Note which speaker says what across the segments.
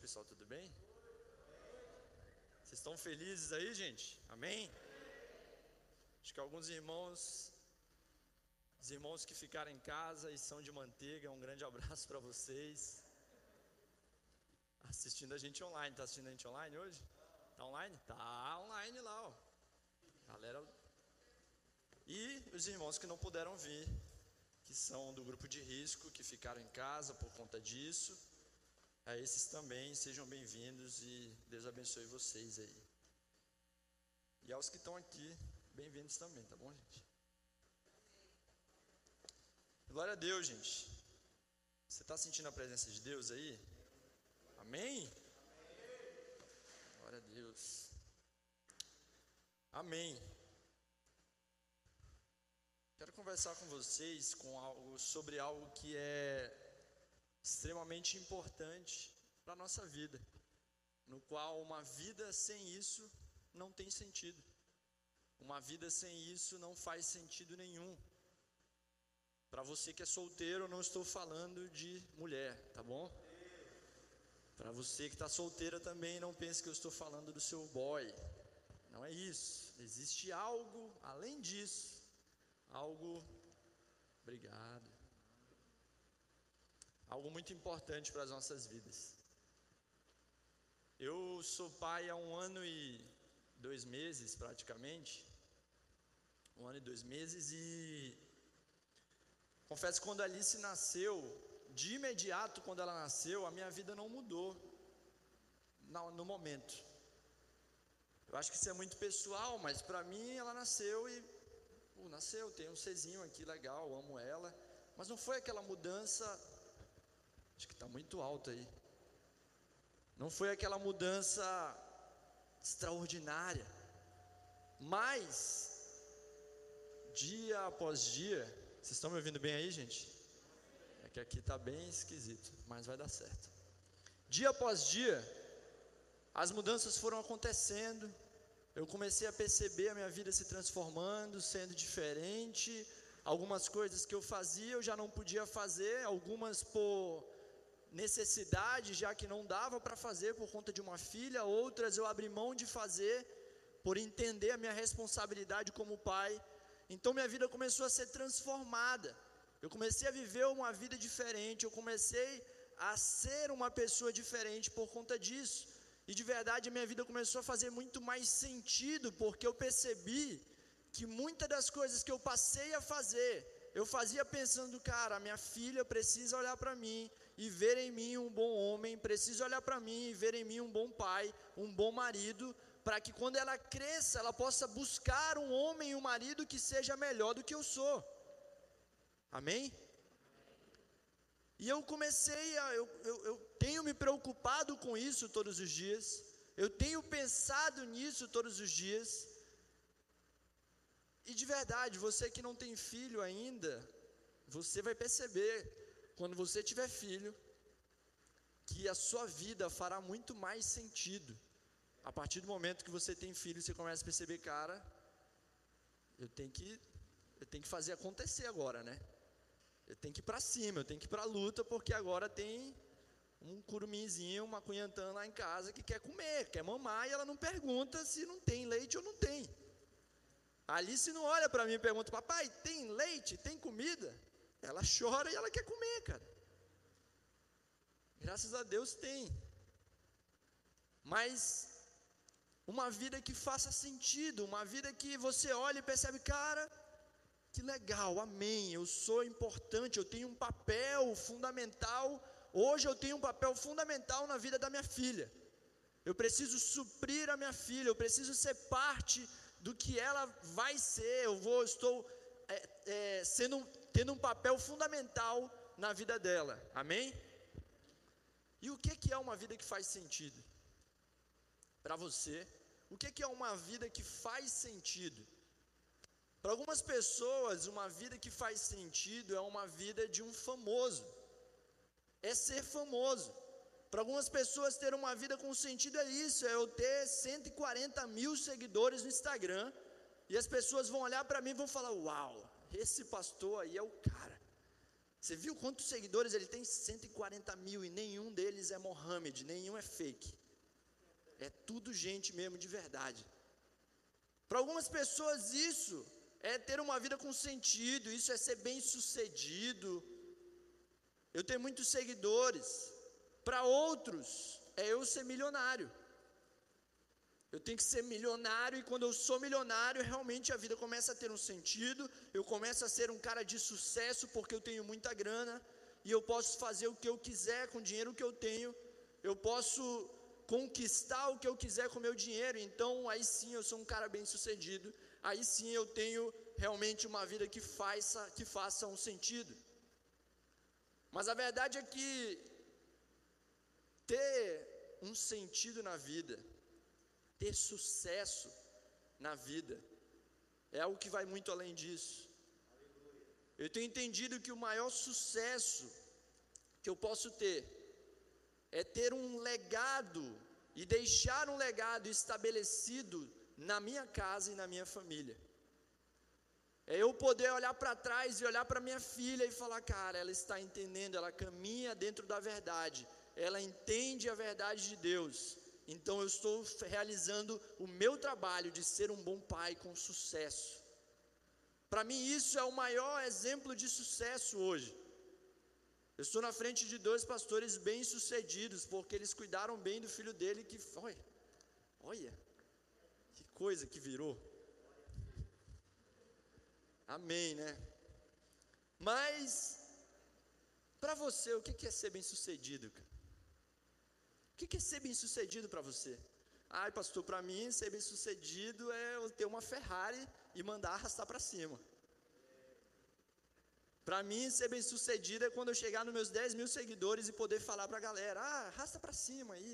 Speaker 1: pessoal, tudo bem? Vocês estão felizes aí, gente? Amém? Acho que alguns irmãos, os irmãos que ficaram em casa e são de manteiga, um grande abraço para vocês. Assistindo a gente online, tá assistindo a gente online hoje? Tá online? Tá online lá, ó. Galera. E os irmãos que não puderam vir, que são do grupo de risco, que ficaram em casa por conta disso. A esses também sejam bem-vindos e Deus abençoe vocês aí. E aos que estão aqui, bem-vindos também, tá bom, gente? Glória a Deus, gente. Você está sentindo a presença de Deus aí? Amém? Glória a Deus. Amém. Quero conversar com vocês sobre algo que é extremamente importante para a nossa vida, no qual uma vida sem isso não tem sentido. Uma vida sem isso não faz sentido nenhum. Para você que é solteiro, eu não estou falando de mulher, tá bom? Para você que está solteira também, não pense que eu estou falando do seu boy. Não é isso. Existe algo além disso. Algo... Obrigado. Algo muito importante para as nossas vidas. Eu sou pai há 1 ano e 2 meses, praticamente. 1 ano e 2 meses e... Confesso que quando a Alice nasceu, de imediato quando ela nasceu, a minha vida não mudou. No momento. Eu acho que isso é muito pessoal, mas para mim ela nasceu e... nasceu, tem um Czinho aqui legal, amo ela. Mas não foi aquela mudança... Acho que está muito alto aí. Não foi aquela mudança extraordinária. Mas, dia após dia... Vocês estão me ouvindo bem aí, gente? É que aqui está bem esquisito, mas vai dar certo. Dia após dia, as mudanças foram acontecendo. Eu comecei a perceber a minha vida se transformando, sendo diferente. Algumas coisas que eu fazia, eu já não podia fazer. Algumas por necessidade, já que não dava para fazer por conta de uma filha. Outras eu abri mão de fazer, por entender a minha responsabilidade como pai. Então minha vida começou a ser transformada. Eu comecei a viver uma vida diferente. Eu comecei a ser uma pessoa diferente por conta disso. E de verdade a minha vida começou a fazer muito mais sentido, porque eu percebi que muitas das coisas que eu passei a fazer, eu fazia pensando, cara, minha filha precisa olhar para mim e ver em mim um bom homem, precisa olhar para mim e ver em mim um bom pai, um bom marido, para que quando ela cresça, ela possa buscar um homem e um marido que seja melhor do que eu sou. Amém? E eu comecei eu tenho me preocupado com isso todos os dias. Eu tenho pensado nisso todos os dias. E de verdade, você que não tem filho ainda, você vai perceber, quando você tiver filho, que a sua vida fará muito mais sentido. A partir do momento que você tem filho, você começa a perceber, cara, eu tenho que fazer acontecer agora, né? Eu tenho que ir para cima, eu tenho que ir para a luta, porque agora tem um curuminzinho, uma cunhantã lá em casa que quer comer, quer mamar, e ela não pergunta se não tem leite ou não tem. A Alice não olha para mim e pergunta, papai, tem leite, tem comida? Ela chora e ela quer comer, cara. Graças a Deus tem. Mas uma vida que faça sentido, uma vida que você olha e percebe, cara, que legal, amém, eu sou importante, eu tenho um papel fundamental. Hoje eu tenho um papel fundamental na vida da minha filha. Eu preciso suprir a minha filha, eu preciso ser parte do que ela vai ser. Estou tendo um papel fundamental na vida dela, amém? E o que é uma vida que faz sentido? Para você, o que é uma vida que faz sentido? Para algumas pessoas, uma vida que faz sentido é uma vida de um famoso. É ser famoso. Para algumas pessoas, ter uma vida com sentido é isso, é eu ter 140 mil seguidores no Instagram, e as pessoas vão olhar para mim e vão falar, uau, esse pastor aí é o cara. Você viu quantos seguidores ele tem? 140 mil, e nenhum deles é Mohammed, nenhum é fake. É tudo gente mesmo de verdade. Para algumas pessoas isso é ter uma vida com sentido, isso é ser bem sucedido. Eu tenho muitos seguidores. Para outros é eu ser milionário. Eu tenho que ser milionário, e quando eu sou milionário, realmente a vida começa a ter um sentido. Eu começo a ser um cara de sucesso porque eu tenho muita grana, e eu posso fazer o que eu quiser com o dinheiro que eu tenho. Eu posso conquistar o que eu quiser com o meu dinheiro. Então aí sim eu sou um cara bem sucedido. Aí sim eu tenho realmente uma vida que faça um sentido. Mas a verdade é que ter um sentido na vida, ter sucesso na vida, é algo que vai muito além disso. Eu tenho entendido que o maior sucesso que eu posso ter é ter um legado e deixar um legado estabelecido na minha casa e na minha família. É eu poder olhar para trás e olhar para minha filha e falar: cara, ela está entendendo, ela caminha dentro da verdade, ela entende a verdade de Deus. Então eu estou realizando o meu trabalho de ser um bom pai com sucesso. Para mim isso é o maior exemplo de sucesso hoje. Eu estou na frente de 2 pastores bem sucedidos, porque eles cuidaram bem do filho dele, que olha, que coisa que virou. Amém, né? Mas, para você, o que é ser bem sucedido, cara? O que é ser bem sucedido para você? Ai, pastor, para mim ser bem sucedido é eu ter uma Ferrari e mandar arrastar para cima. Para mim ser bem sucedido é quando eu chegar nos meus 10 mil seguidores e poder falar para a galera: arrasta para cima aí.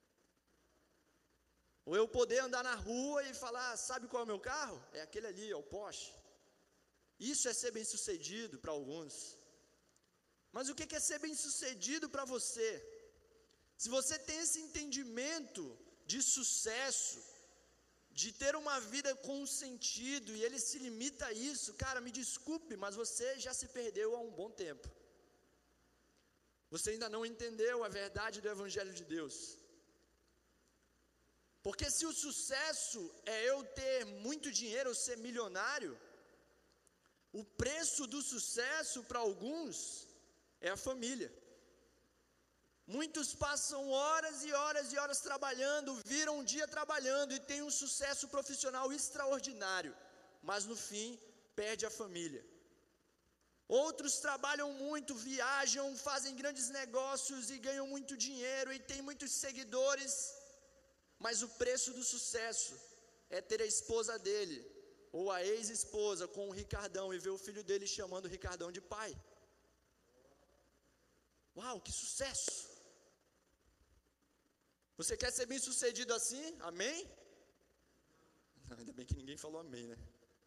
Speaker 1: Ou eu poder andar na rua e falar: sabe qual é o meu carro? É aquele ali, é o Porsche. Isso é ser bem sucedido para alguns. Mas o que é ser bem sucedido para você? Se você tem esse entendimento de sucesso, de ter uma vida com sentido, e ele se limita a isso, cara, me desculpe, mas você já se perdeu há um bom tempo. Você ainda não entendeu a verdade do Evangelho de Deus. Porque se o sucesso é eu ter muito dinheiro, eu ser milionário, o preço do sucesso para alguns é a família. Muitos passam horas e horas e horas trabalhando, viram um dia trabalhando e têm um sucesso profissional extraordinário, mas no fim perde a família. Outros trabalham muito, viajam, fazem grandes negócios e ganham muito dinheiro e têm muitos seguidores, mas o preço do sucesso é ter a esposa dele, ou a ex-esposa com o Ricardão, e ver o filho dele chamando o Ricardão de pai. Uau, que sucesso! Você quer ser bem sucedido assim? Amém? Ainda bem que ninguém falou amém, né?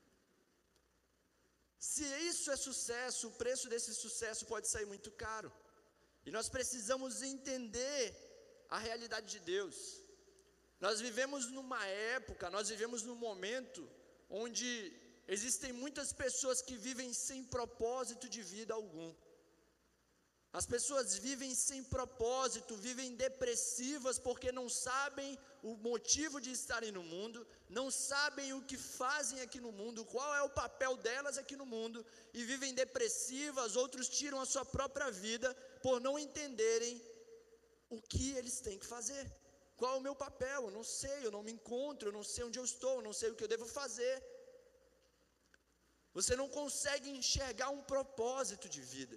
Speaker 1: Se isso é sucesso, o preço desse sucesso pode sair muito caro. E nós precisamos entender a realidade de Deus. Nós vivemos numa época, nós vivemos num momento onde existem muitas pessoas que vivem sem propósito de vida algum. As pessoas vivem sem propósito, vivem depressivas porque não sabem o motivo de estarem no mundo, não sabem o que fazem aqui no mundo, qual é o papel delas aqui no mundo, e vivem depressivas. Outros tiram a sua própria vida por não entenderem o que eles têm que fazer. Qual é o meu papel? Eu não sei, eu não me encontro, eu não sei onde eu estou, eu não sei o que eu devo fazer. Você não consegue enxergar um propósito de vida.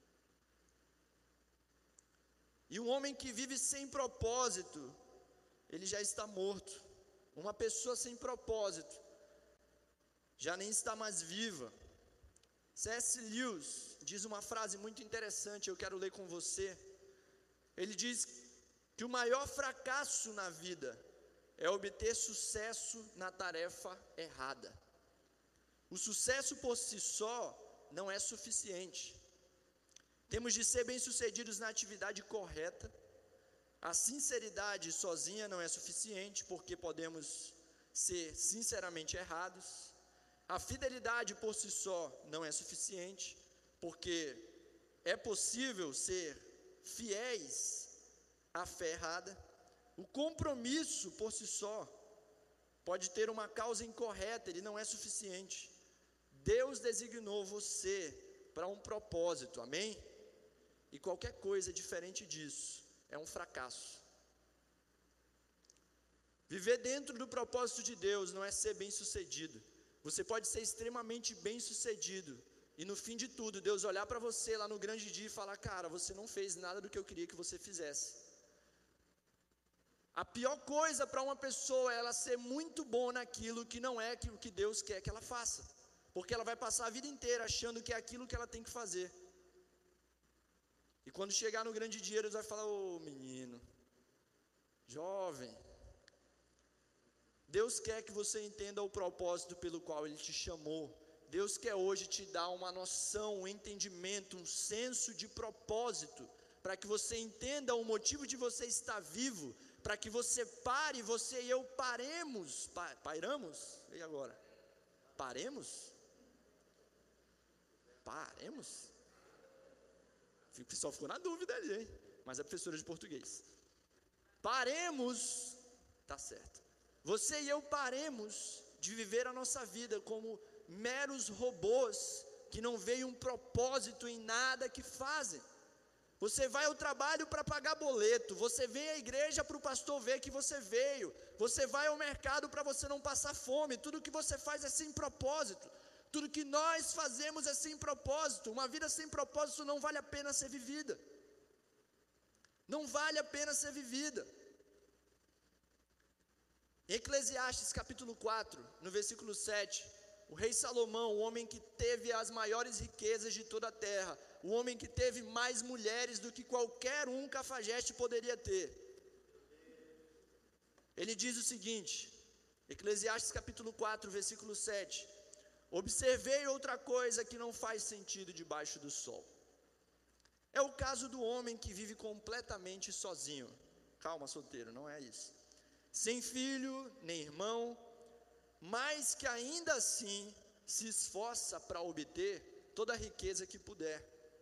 Speaker 1: E um homem que vive sem propósito, ele já está morto. Uma pessoa sem propósito já nem está mais viva. C.S. Lewis diz uma frase muito interessante, eu quero ler com você. Ele diz que o maior fracasso na vida é obter sucesso na tarefa errada. O sucesso por si só não é suficiente. Temos de ser bem-sucedidos na atividade correta. A sinceridade sozinha não é suficiente, porque podemos ser sinceramente errados. A fidelidade por si só não é suficiente, porque é possível ser fiéis à fé errada. O compromisso por si só pode ter uma causa incorreta, ele não é suficiente. Deus designou você para um propósito, amém? E qualquer coisa diferente disso é um fracasso. Viver dentro do propósito de Deus não é ser bem-sucedido. Você pode ser extremamente bem-sucedido e no fim de tudo, Deus olhar para você lá no grande dia e falar: cara, você não fez nada do que eu queria que você fizesse. A pior coisa para uma pessoa é ela ser muito boa naquilo que não é o que Deus quer que ela faça, porque ela vai passar a vida inteira achando que é aquilo que ela tem que fazer. E quando chegar no grande dia, Deus vai falar: ô menino, jovem, Deus quer que você entenda o propósito pelo qual Ele te chamou. Deus quer hoje te dar uma noção, um entendimento, um senso de propósito, para que você entenda o motivo de você estar vivo, para que você pare, você e eu paremos, pairamos? E agora? Paremos? Paremos? O pessoal ficou na dúvida ali, hein? Mas é professora de português. Paremos, tá certo. Você e eu paremos de viver a nossa vida como meros robôs que não veem um propósito em nada que fazem. Você vai ao trabalho para pagar boleto, você vem à igreja para o pastor ver que você veio, você vai ao mercado para você não passar fome. Tudo que você faz é sem propósito, tudo que nós fazemos é sem propósito. Uma vida sem propósito não vale a pena ser vivida, não vale a pena ser vivida. Em Eclesiastes capítulo 4, no versículo 7, o rei Salomão, o homem que teve as maiores riquezas de toda a terra, o homem que teve mais mulheres do que qualquer cafajeste poderia ter, ele diz o seguinte, Eclesiastes capítulo 4, versículo 7, observei outra coisa que não faz sentido debaixo do sol, é o caso do homem que vive completamente sozinho. Calma, solteiro, não é isso. Sem filho, nem irmão, mas que ainda assim se esforça para obter toda a riqueza que puder.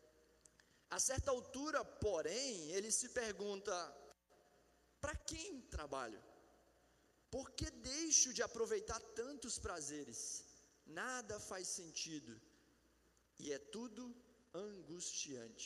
Speaker 1: A certa altura, porém, ele se pergunta: para quem trabalho? Por que deixo de aproveitar tantos prazeres? Nada faz sentido e é tudo angustiante.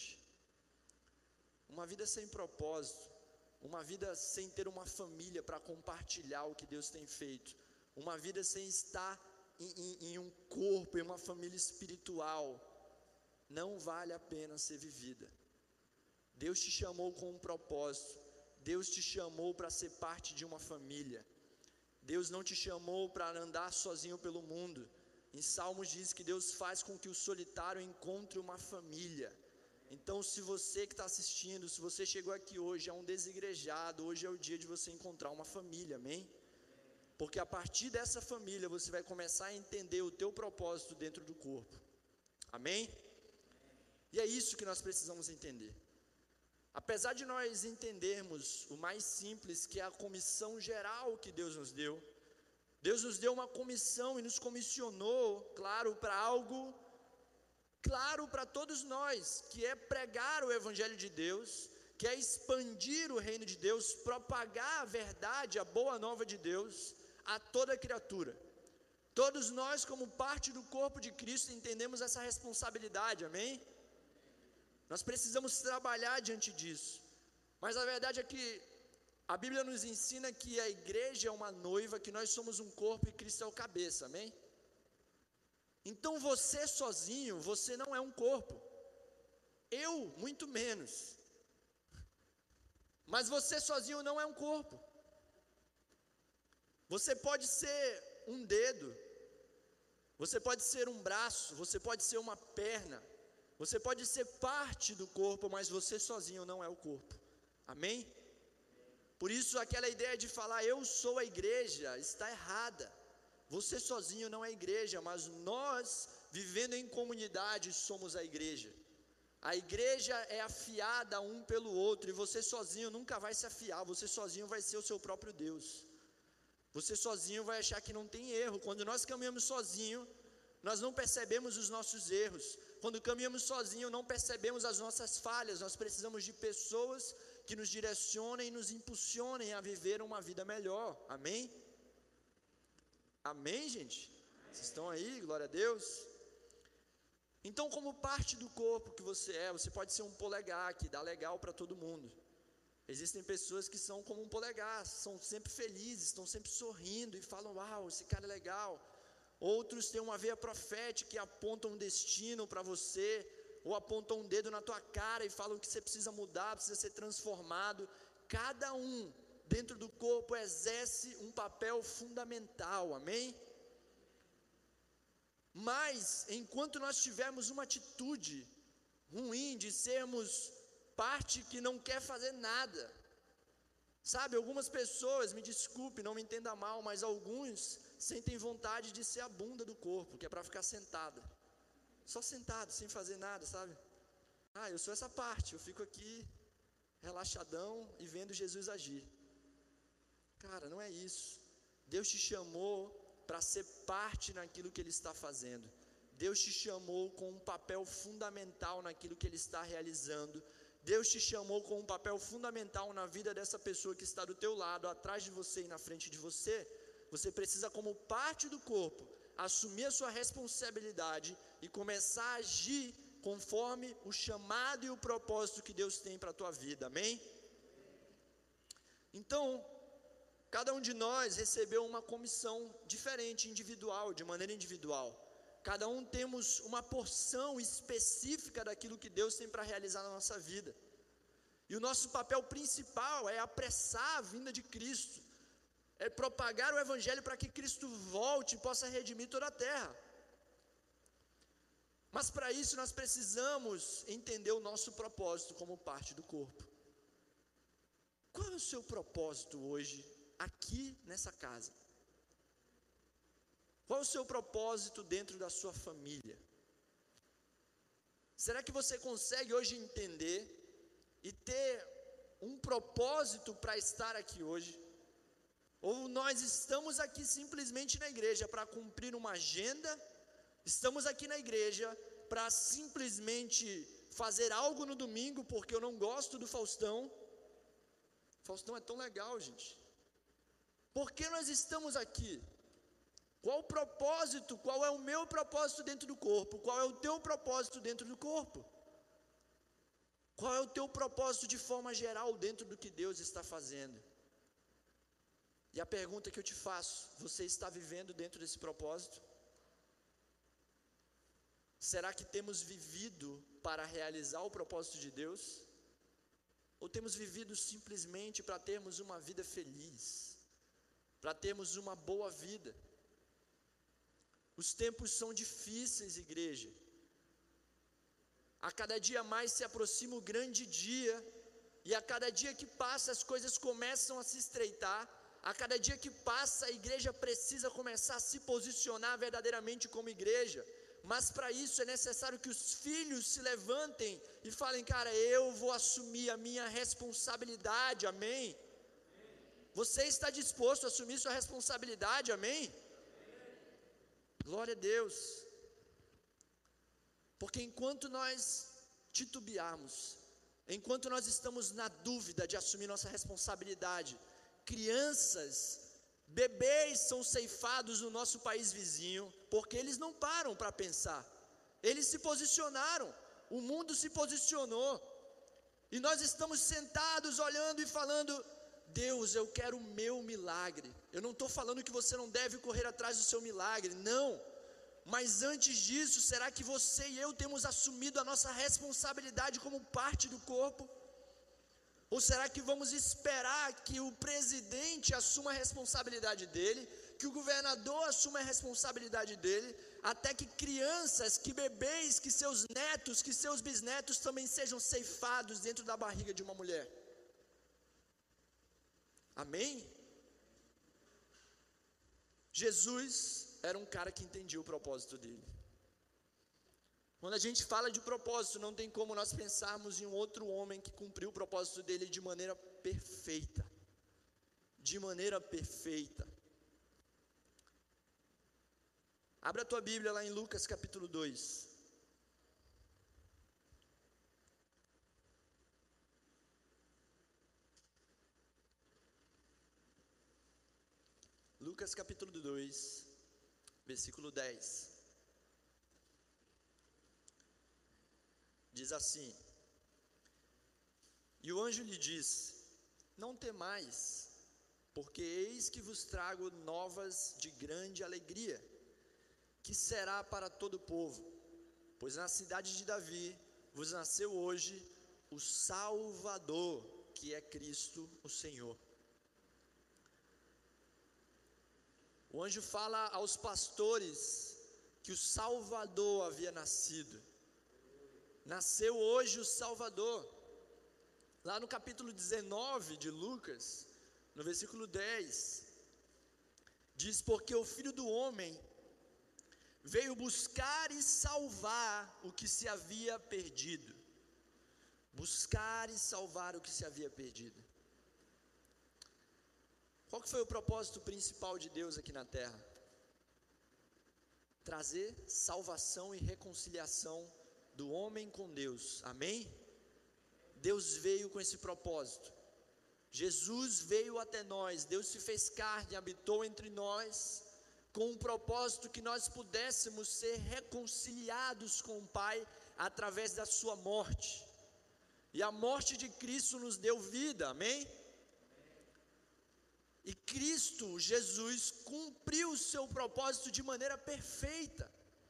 Speaker 1: Uma vida sem propósito, uma vida sem ter uma família para compartilhar o que Deus tem feito, uma vida sem estar em um corpo, em uma família espiritual, não vale a pena ser vivida. Deus te chamou com um propósito, Deus te chamou para ser parte de uma família, Deus não te chamou para andar sozinho pelo mundo. Em Salmos diz que Deus faz com que o solitário encontre uma família. Então, se você que está assistindo, se você chegou aqui hoje, é um desigrejado, hoje é o dia de você encontrar uma família, amém? Porque a partir dessa família, você vai começar a entender o teu propósito dentro do corpo, amém? E é isso que nós precisamos entender. Apesar de nós entendermos o mais simples, que é a comissão geral que Deus nos deu uma comissão e nos comissionou, claro, para algo claro para todos nós, que é pregar o Evangelho de Deus, que é expandir o reino de Deus, propagar a verdade, a boa nova de Deus a toda criatura. Todos nós, como parte do corpo de Cristo, entendemos essa responsabilidade, amém? Nós precisamos trabalhar diante disso, mas a verdade é que a Bíblia nos ensina que a igreja é uma noiva, que nós somos um corpo e Cristo é o cabeça, amém? Então você sozinho, você não é um corpo, eu muito menos, mas você sozinho não é um corpo. Você pode ser um dedo, você pode ser um braço, você pode ser uma perna, você pode ser parte do corpo, mas você sozinho não é o corpo, amém? Por isso aquela ideia de falar eu sou a igreja está errada. Você sozinho não é igreja, mas nós, vivendo em comunidade, somos a igreja. A igreja é afiada um pelo outro, e você sozinho nunca vai se afiar, você sozinho vai ser o seu próprio Deus. Você sozinho vai achar que não tem erro. Quando nós caminhamos sozinho, nós não percebemos os nossos erros. Quando caminhamos sozinhos, não percebemos as nossas falhas. Nós precisamos de pessoas que nos direcionem e nos impulsionem a viver uma vida melhor. Amém? Amém, gente? Vocês estão aí? Glória a Deus. Então, como parte do corpo que você pode ser um polegar que dá legal para todo mundo. Existem pessoas que são como um polegar, são sempre felizes, estão sempre sorrindo e falam, uau, esse cara é legal. Outros têm uma veia profética que apontam um destino para você, ou apontam um dedo na tua cara e falam que você precisa mudar, precisa ser transformado. Cada um dentro do corpo exerce um papel fundamental, amém? Mas, enquanto nós tivermos uma atitude ruim de sermos parte que não quer fazer nada, sabe, algumas pessoas, me desculpe, não me entenda mal, mas alguns sentem vontade de ser a bunda do corpo, que é para ficar sentada, só sentado, sem fazer nada, sabe? Eu sou essa parte, eu fico aqui, relaxadão e vendo Jesus agir. Cara, não é isso. Deus te chamou para ser parte naquilo que Ele está fazendo. Deus te chamou com um papel fundamental naquilo que Ele está realizando. Deus te chamou com um papel fundamental na vida dessa pessoa que está do teu lado, atrás de você e na frente de você. Você precisa, como parte do corpo, assumir a sua responsabilidade e começar a agir conforme o chamado e o propósito que Deus tem para a tua vida, amém? Então, cada um de nós recebeu uma comissão diferente, individual, de maneira individual. Cada um temos uma porção específica daquilo que Deus tem para realizar na nossa vida. E o nosso papel principal é apressar a vinda de Cristo, é propagar o Evangelho para que Cristo volte e possa redimir toda a terra. Mas para isso nós precisamos entender o nosso propósito como parte do corpo. Qual é o seu propósito hoje, aqui nessa casa? Qual é o seu propósito dentro da sua família? Será que você consegue hoje entender e ter um propósito para estar aqui hoje? Ou nós estamos aqui simplesmente na igreja para cumprir uma agenda? Estamos aqui na igreja para simplesmente fazer algo no domingo porque eu não gosto do Faustão? Faustão é tão legal, gente. Por que nós estamos aqui? Qual o propósito? Qual é o meu propósito dentro do corpo? Qual é o teu propósito dentro do corpo? Qual é o teu propósito de forma geral dentro do que Deus está fazendo? E a pergunta que eu te faço, você está vivendo dentro desse propósito? Será que temos vivido para realizar o propósito de Deus? Ou temos vivido simplesmente para termos uma vida feliz, para termos uma boa vida? Os tempos são difíceis, igreja. A cada dia mais se aproxima o grande dia, e a cada dia que passa as coisas começam a se estreitar. A cada dia que passa a igreja precisa começar a se posicionar verdadeiramente como igreja. Mas para isso é necessário que os filhos se levantem e falem, cara, eu vou assumir a minha responsabilidade, amém? Você está disposto a assumir sua responsabilidade, amém? Glória a Deus. Porque enquanto nós titubearmos, enquanto nós estamos na dúvida de assumir nossa responsabilidade, crianças, bebês são ceifados no nosso país vizinho, porque eles não param para pensar, eles se posicionaram, o mundo se posicionou, e nós estamos sentados olhando e falando, Deus, eu quero o meu milagre. Eu não estou falando que você não deve correr atrás do seu milagre, não, mas antes disso, será que você e eu temos assumido a nossa responsabilidade como parte do corpo? Ou será que vamos esperar que o presidente assuma a responsabilidade dele, que o governador assuma a responsabilidade dele, até que crianças, que bebês, que seus netos, que seus bisnetos também sejam ceifados dentro da barriga de uma mulher? Amém? Jesus era um cara que entendia o propósito dele. Quando a gente fala de propósito, não tem como nós pensarmos em um outro homem que cumpriu o propósito dele de maneira perfeita. De maneira perfeita. Abra a tua Bíblia lá em Lucas capítulo 2. Lucas capítulo 2, versículo 10. Diz assim: E o anjo lhe disse: Não temais, porque eis que vos trago novas de grande alegria, que será para todo o povo, pois na cidade de Davi vos nasceu hoje o Salvador, que é Cristo o Senhor. O anjo fala aos pastores que o Salvador havia nascido. Nasceu hoje o Salvador. Lá no capítulo 19 de Lucas, no versículo 10, diz: Porque o Filho do Homem veio buscar e salvar o que se havia perdido. Buscar e salvar o que se havia perdido. Qual que foi o propósito principal de Deus aqui na terra? Trazer salvação e reconciliação do homem com Deus, amém? Deus veio com esse propósito. Jesus veio até nós, Deus se fez carne, habitou entre nós, com um propósito que nós pudéssemos ser reconciliados com o Pai, através da sua morte. E a morte de Cristo nos deu vida, amém? E Cristo, Jesus, cumpriu o seu propósito de maneira perfeita.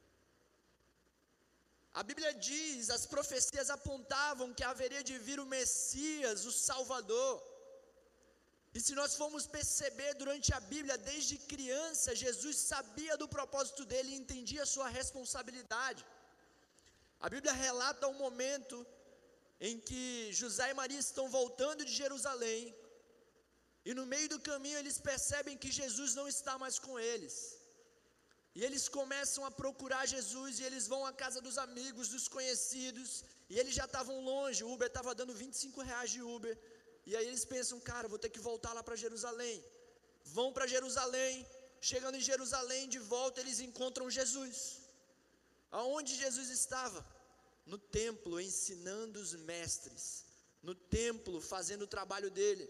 Speaker 1: A Bíblia diz, as profecias apontavam que haveria de vir o Messias, o Salvador. E se nós formos perceber durante a Bíblia, desde criança, Jesus sabia do propósito dele e entendia a sua responsabilidade. A Bíblia relata um momento em que José e Maria estão voltando de Jerusalém, e no meio do caminho eles percebem que Jesus não está mais com eles. E eles começam a procurar Jesus, e eles vão à casa dos amigos, dos conhecidos, e eles já estavam longe, o Uber estava dando R$25 de Uber, e aí eles pensam, cara, vou ter que voltar lá para Jerusalém. Vão para Jerusalém, chegando em Jerusalém, de volta eles encontram Jesus. Aonde Jesus estava? No templo, ensinando os mestres, no templo, fazendo o trabalho dele.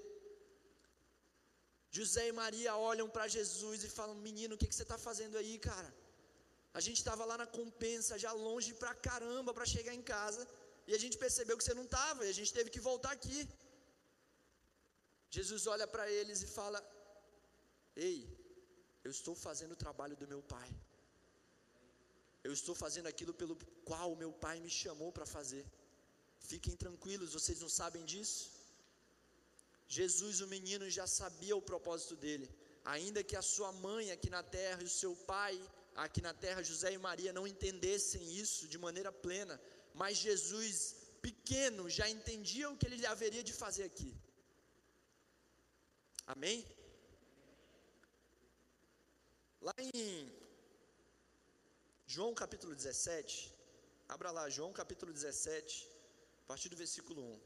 Speaker 1: José e Maria olham para Jesus e falam, menino, o que você está fazendo aí, cara? A gente estava lá na compensa, já longe pra caramba, para chegar em casa, e a gente percebeu que você não estava, e a gente teve que voltar aqui. Jesus olha para eles e fala, ei, eu estou fazendo o trabalho do meu Pai. Eu estou fazendo aquilo pelo qual o meu Pai me chamou para fazer. Fiquem tranquilos, vocês não sabem disso? Jesus, o menino, já sabia o propósito dele. Ainda que a sua mãe aqui na terra e o seu pai aqui na terra, José e Maria, não entendessem isso de maneira plena, mas Jesus, pequeno, já entendia o que ele haveria de fazer aqui. Amém? Lá em João capítulo 17, abra lá, João capítulo 17, a partir do versículo 1.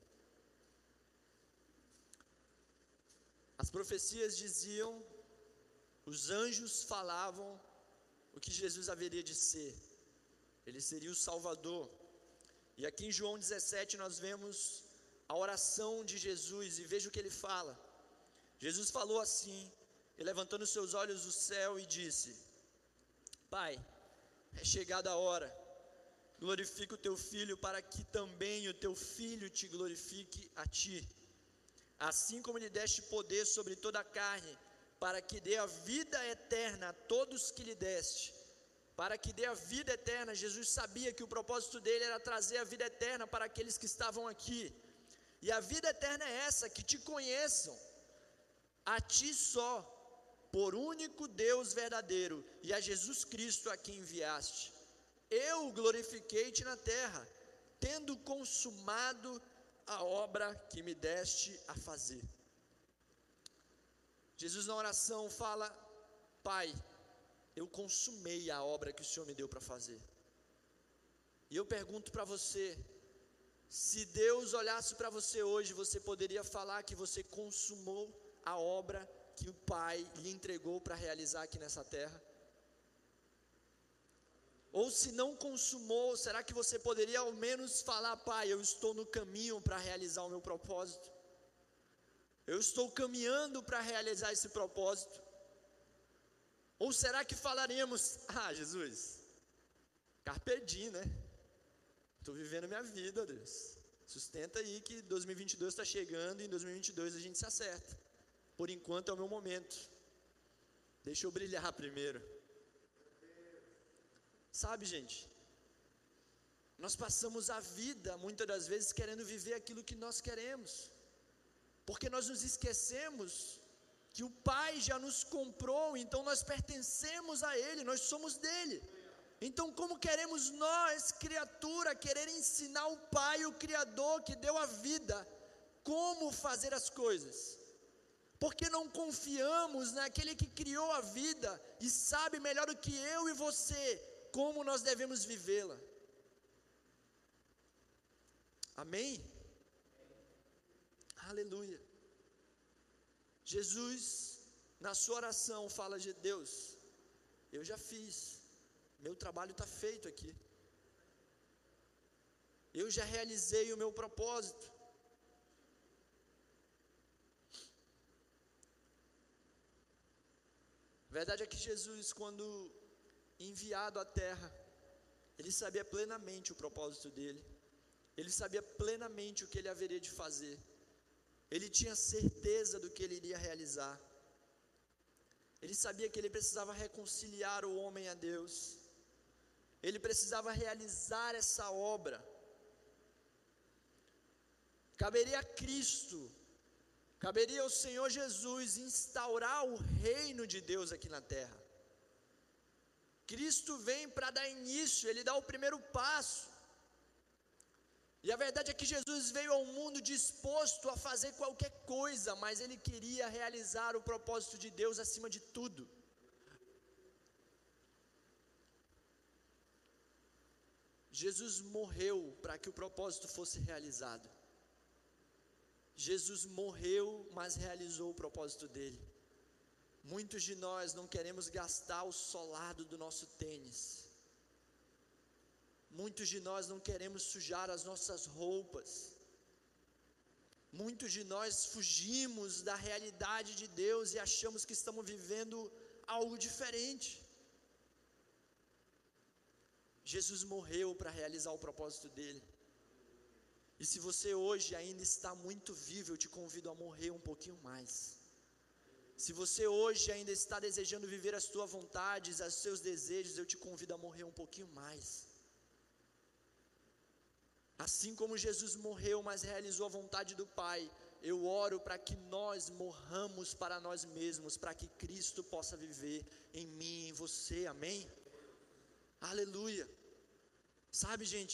Speaker 1: As profecias diziam, os anjos falavam o que Jesus haveria de ser. Ele seria o Salvador. E aqui em João 17 nós vemos a oração de Jesus, e veja o que ele fala. Jesus falou assim, e levantando seus olhos do céu e disse, Pai, é chegada a hora, glorifica o teu Filho, para que também o teu Filho te glorifique a ti. Assim como lhe deste poder sobre toda a carne, para que dê a vida eterna a todos que lhe deste. Para que dê a vida eterna, Jesus sabia que o propósito dele era trazer a vida eterna para aqueles que estavam aqui. E a vida eterna é essa, que te conheçam, a ti só, por único Deus verdadeiro, e a Jesus Cristo a quem enviaste. Eu glorifiquei-te na terra, tendo consumado a obra que me deste a fazer. Jesus na oração fala, Pai, eu consumei a obra que o Senhor me deu para fazer. E eu pergunto para você, se Deus olhasse para você hoje, você poderia falar que você consumou a obra que o Pai lhe entregou para realizar aqui nessa terra? Ou se não consumou, será que você poderia ao menos falar: Pai, eu estou no caminho para realizar o meu propósito, eu estou caminhando para realizar esse propósito? Ou será que falaremos: ah, Jesus, carpe diem, né? Estou vivendo minha vida, Deus, sustenta aí que 2022 está chegando e em 2022 a gente se acerta, por enquanto é o meu momento, deixa eu brilhar primeiro. Sabe, gente, nós passamos a vida, muitas das vezes, querendo viver aquilo que nós queremos, porque nós nos esquecemos que o Pai já nos comprou, então nós pertencemos a Ele, nós somos dele. Então como queremos nós, criatura, querer ensinar o Pai, o Criador que deu a vida, como fazer as coisas? Porque não confiamos naquele que criou a vida e sabe melhor do que eu e você como nós devemos vivê-la. Amém? Aleluia. Jesus, na sua oração, fala de Deus, eu já fiz, meu trabalho está feito aqui, eu já realizei o meu propósito. A verdade é que Jesus, quando enviado à terra, ele sabia plenamente o propósito dele, ele sabia plenamente o que ele haveria de fazer, ele tinha certeza do que ele iria realizar, ele sabia que ele precisava reconciliar o homem a Deus, ele precisava realizar essa obra. Caberia a Cristo, caberia ao Senhor Jesus instaurar o reino de Deus aqui na terra. Cristo vem para dar início, ele dá o primeiro passo. E a verdade é que Jesus veio ao mundo disposto a fazer qualquer coisa, mas ele queria realizar o propósito de Deus acima de tudo. Jesus morreu para que o propósito fosse realizado. Jesus morreu, mas realizou o propósito dele. Muitos de nós não queremos gastar o solado do nosso tênis. Muitos de nós não queremos sujar as nossas roupas. Muitos de nós fugimos da realidade de Deus e achamos que estamos vivendo algo diferente. Jesus morreu para realizar o propósito dele. E se você hoje ainda está muito vivo, eu te convido a morrer um pouquinho mais. Se você hoje ainda está desejando viver as tuas vontades, os seus desejos, eu te convido a morrer um pouquinho mais. Assim como Jesus morreu, mas realizou a vontade do Pai, eu oro para que nós morramos para nós mesmos, para que Cristo possa viver em mim e em você, amém? Aleluia. Sabe, gente,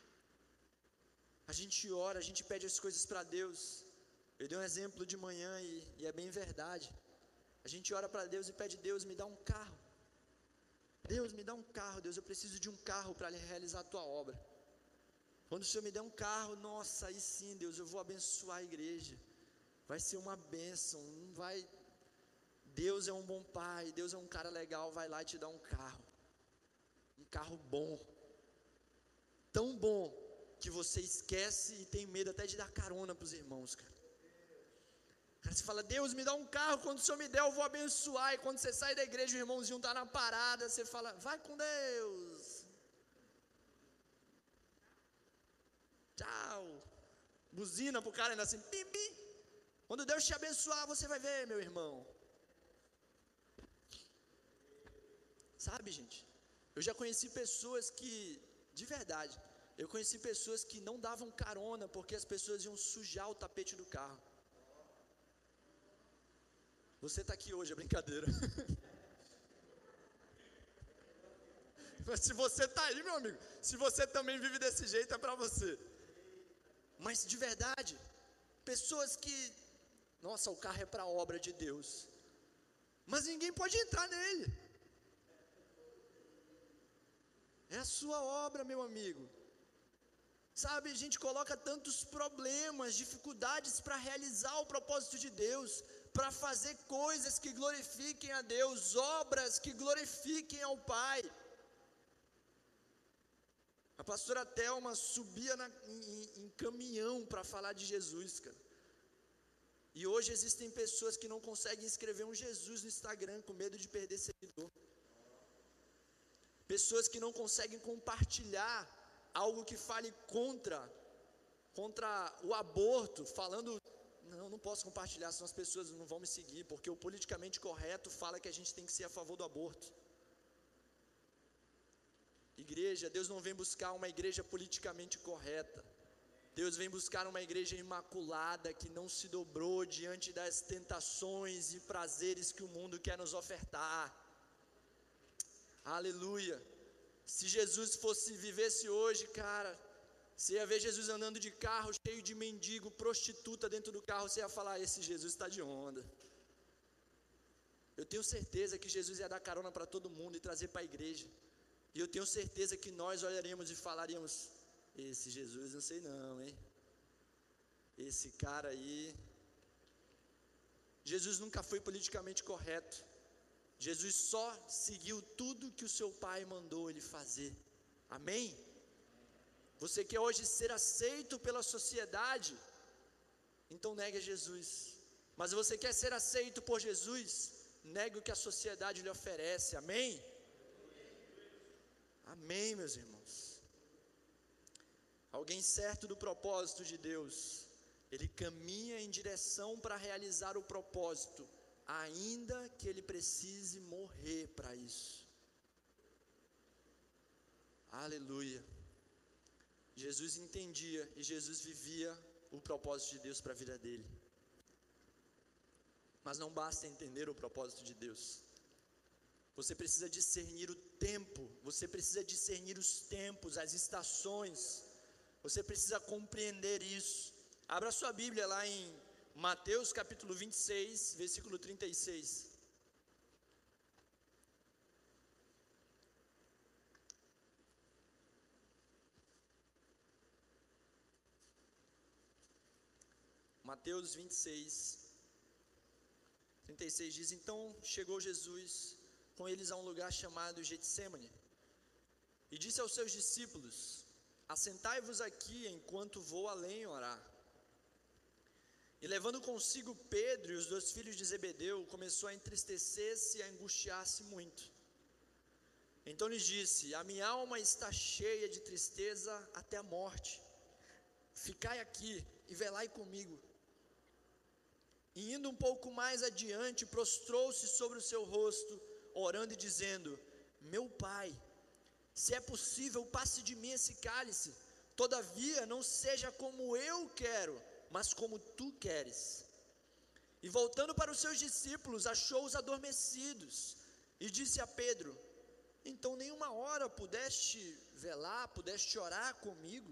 Speaker 1: a gente ora, a gente pede as coisas para Deus. Eu dei um exemplo de manhã e é bem verdade. A gente ora para Deus e pede: Deus, me dá um carro. Deus, me dá um carro. Deus, eu preciso de um carro para realizar a tua obra. Quando o Senhor me der um carro, nossa, aí sim, Deus, eu vou abençoar a igreja. Vai ser uma bênção. Não vai. Deus é um bom pai. Deus é um cara legal. Vai lá e te dá um carro. Um carro bom. Tão bom que você esquece e tem medo até de dar carona para os irmãos, cara. Cara, você fala: Deus, me dá um carro, quando o Senhor me der eu vou abençoar. E quando você sai da igreja, o irmãozinho está na parada, você fala: vai com Deus, tchau. Buzina pro cara ainda assim, pim, pim. Quando Deus te abençoar, você vai ver, meu irmão. Sabe, gente, eu já conheci pessoas que, de verdade, eu conheci pessoas que não davam carona porque as pessoas iam sujar o tapete do carro. Você está aqui hoje, é brincadeira. Mas se você está aí, meu amigo, se você também vive desse jeito, é para você. Mas de verdade, pessoas que, nossa, o carro é para a obra de Deus, mas ninguém pode entrar nele. É a sua obra, meu amigo. Sabe, a gente coloca tantos problemas, dificuldades para realizar o propósito de Deus, para fazer coisas que glorifiquem a Deus, obras que glorifiquem ao Pai. A pastora Thelma subia em caminhão para falar de Jesus, cara. E hoje existem pessoas que não conseguem escrever um Jesus no Instagram com medo de perder seguidor. Pessoas que não conseguem compartilhar algo que fale contra o aborto, falando, não posso compartilhar, senão as pessoas não vão me seguir, porque o politicamente correto fala que a gente tem que ser a favor do aborto. Igreja, Deus não vem buscar uma igreja politicamente correta. Deus vem buscar uma igreja imaculada, que não se dobrou diante das tentações e prazeres que o mundo quer nos ofertar. Aleluia. Se Jesus vivesse hoje, cara, você ia ver Jesus andando de carro, cheio de mendigo, prostituta dentro do carro, você ia falar, esse Jesus está de onda. Eu tenho certeza que Jesus ia dar carona para todo mundo e trazer para a igreja. E eu tenho certeza que nós olharemos e falaríamos, esse Jesus não sei não, hein? Esse cara aí. Jesus nunca foi politicamente correto. Jesus só seguiu tudo que o seu pai mandou ele fazer. Amém? Você quer hoje ser aceito pela sociedade? Então negue a Jesus. Mas você quer ser aceito por Jesus? Negue o que a sociedade lhe oferece. Amém? Amém, meus irmãos. Alguém certo do propósito de Deus, ele caminha em direção para realizar o propósito, ainda que ele precise morrer para isso. Aleluia. Jesus entendia e Jesus vivia o propósito de Deus para a vida dele. Mas não basta entender o propósito de Deus. Você precisa discernir o tempo, você precisa discernir os tempos, as estações. Você precisa compreender isso. Abra sua Bíblia lá em Mateus capítulo 26, versículo 36. Mateus 26, 36 diz, então chegou Jesus com eles a um lugar chamado Getsêmani, e disse aos seus discípulos, assentai-vos aqui enquanto vou além orar. E levando consigo Pedro e os 2 filhos de Zebedeu, começou a entristecer-se e a angustiar-se muito. Então lhes disse, a minha alma está cheia de tristeza até a morte. Ficai aqui e velai comigo. E indo um pouco mais adiante, prostrou-se sobre o seu rosto, orando e dizendo, meu pai, se é possível, passe de mim esse cálice, todavia não seja como eu quero, mas como tu queres. E voltando para os seus discípulos, achou-os adormecidos, e disse a Pedro, então nenhuma hora pudeste velar, pudeste orar comigo?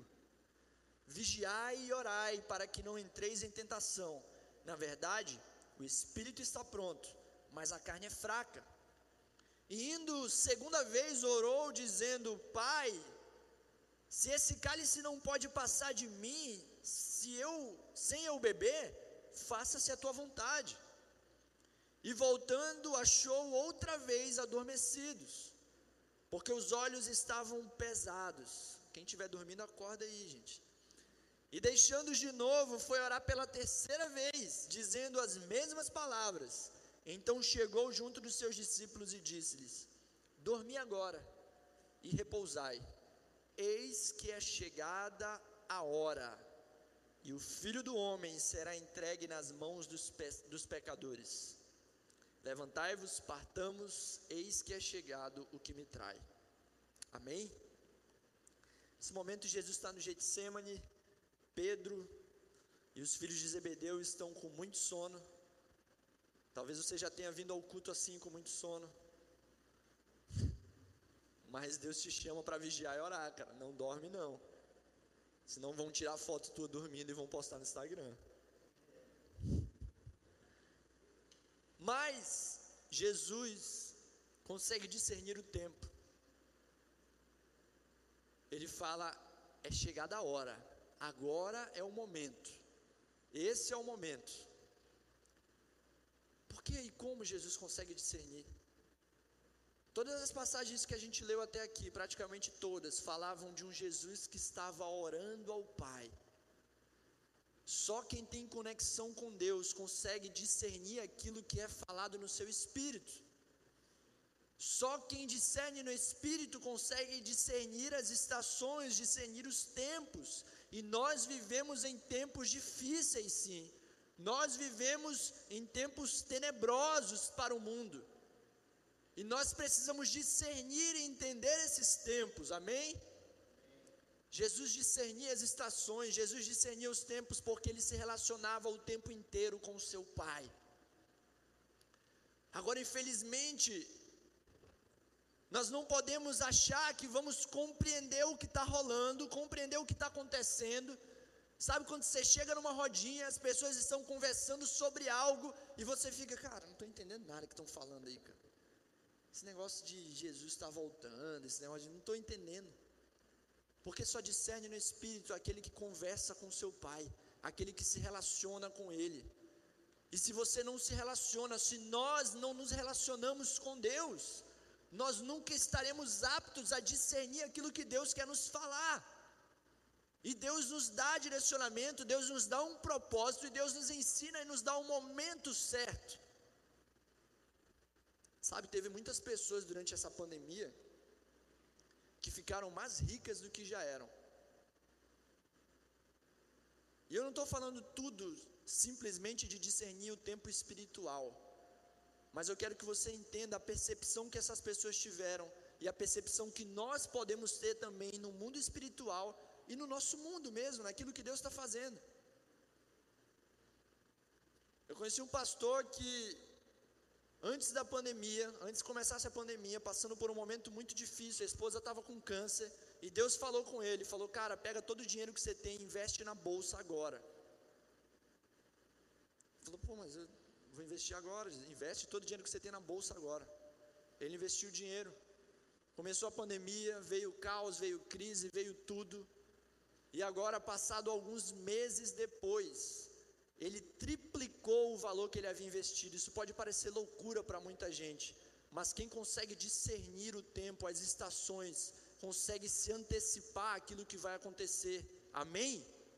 Speaker 1: Vigiai e orai, para que não entreis em tentação. Na verdade, o espírito está pronto, mas a carne é fraca. E indo segunda vez orou, dizendo, Pai, se esse cálice não pode passar de mim, sem eu beber, faça-se a tua vontade. E voltando, achou outra vez adormecidos, porque os olhos estavam pesados. Quem estiver dormindo, acorda aí, gente. E deixando-os de novo, foi orar pela terceira vez, dizendo as mesmas palavras. Então chegou junto dos seus discípulos e disse-lhes, dormi agora e repousai, eis que é chegada a hora, e o Filho do Homem será entregue nas mãos dos pecadores. Levantai-vos, partamos, eis que é chegado o que me trai. Amém? Nesse momento Jesus está no Getsêmani, Pedro e os filhos de Zebedeu estão com muito sono. Talvez você já tenha vindo ao culto assim, com muito sono. Mas Deus te chama para vigiar e orar, cara. Não dorme não. Senão vão tirar foto tua dormindo e vão postar no Instagram. Mas Jesus consegue discernir o tempo. Ele fala, é chegada a hora. Agora é o momento. Esse é o momento. Por que e como Jesus consegue discernir? Todas as passagens que a gente leu até aqui, praticamente todas, falavam de um Jesus que estava orando ao Pai. Só quem tem conexão com Deus consegue discernir aquilo que é falado no seu espírito. Só quem discerne no espírito consegue discernir as estações, discernir os tempos. E nós vivemos em tempos difíceis, sim. Nós vivemos em tempos tenebrosos para o mundo. E nós precisamos discernir e entender esses tempos, amém? Jesus discernia as estações, Jesus discernia os tempos, porque ele se relacionava o tempo inteiro com o seu Pai. Agora, infelizmente, nós não podemos achar que vamos compreender o que está rolando, compreender o que está acontecendo. Sabe quando você chega numa rodinha, as pessoas estão conversando sobre algo, e você fica, cara, não estou entendendo nada que estão falando aí, cara. Esse negócio de Jesus está voltando, esse negócio de não estou entendendo. Porque só discerne no Espírito aquele que conversa com seu Pai, aquele que se relaciona com Ele. E se você não se relaciona, se nós não nos relacionamos com Deus, nós nunca estaremos aptos a discernir aquilo que Deus quer nos falar. E Deus nos dá direcionamento, Deus nos dá um propósito, e Deus nos ensina e nos dá o momento certo. Sabe, teve muitas pessoas durante essa pandemia que ficaram mais ricas do que já eram. E eu não estou falando tudo simplesmente de discernir o tempo espiritual, mas eu quero que você entenda a percepção que essas pessoas tiveram e a percepção que nós podemos ter também no mundo espiritual e no nosso mundo mesmo, naquilo que Deus está fazendo. Eu conheci um pastor que antes da pandemia, antes que começasse a pandemia, passando por um momento muito difícil, a esposa estava com câncer, e Deus falou com ele, falou, cara, pega todo o dinheiro que você tem e investe na bolsa agora. Ele falou, pô, mas eu vou investir agora, investe todo o dinheiro que você tem na bolsa agora. Ele investiu o dinheiro, começou a pandemia, veio o caos, veio crise, veio tudo, e agora, passado alguns meses depois, ele triplicou o valor que ele havia investido. Isso pode parecer loucura para muita gente, mas quem consegue discernir o tempo, as estações, consegue se antecipar aquilo que vai acontecer, amém?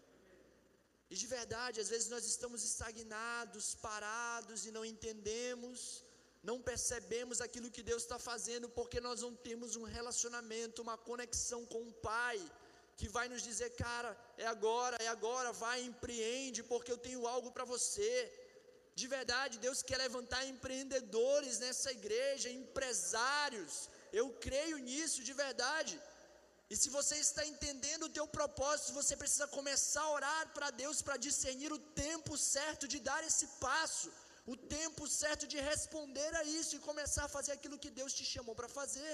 Speaker 1: E de verdade, às vezes nós estamos estagnados, parados e não entendemos, não percebemos aquilo que Deus está fazendo, porque nós não temos um relacionamento, uma conexão com o Pai, que vai nos dizer, cara, é agora, vai, empreende, porque eu tenho algo para você. De verdade, Deus quer levantar empreendedores nessa igreja, empresários, eu creio nisso de verdade. E se você está entendendo o teu propósito, você precisa começar a orar para Deus, para discernir o tempo certo de dar esse passo, o tempo certo de responder a isso e começar a fazer aquilo que Deus te chamou para fazer.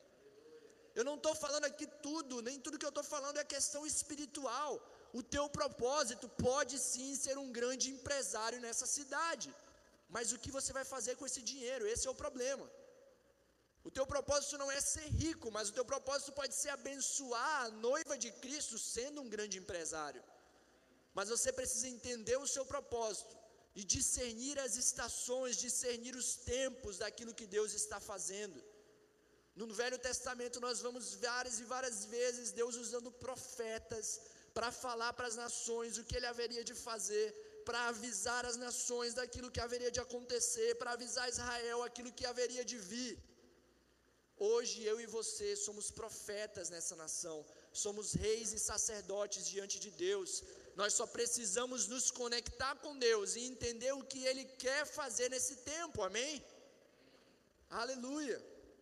Speaker 1: Eu não estou falando aqui tudo, nem tudo que eu estou falando é questão espiritual. O teu propósito pode sim ser um grande empresário nessa cidade, mas o que você vai fazer com esse dinheiro? Esse é o problema. O teu propósito não é ser rico, mas o teu propósito pode ser abençoar a noiva de Cristo sendo um grande empresário. Mas você precisa entender o seu propósito e discernir as estações, discernir os tempos daquilo que Deus está fazendo. No Velho Testamento nós vamos várias e várias vezes Deus usando profetas para falar para as nações o que Ele haveria de fazer, para avisar as nações daquilo que haveria de acontecer, para avisar Israel aquilo que haveria de vir. Hoje eu e você somos profetas nessa nação, somos reis e sacerdotes diante de Deus. Nós só precisamos nos conectar com Deus e entender o que Ele quer fazer nesse tempo, amém? Aleluia!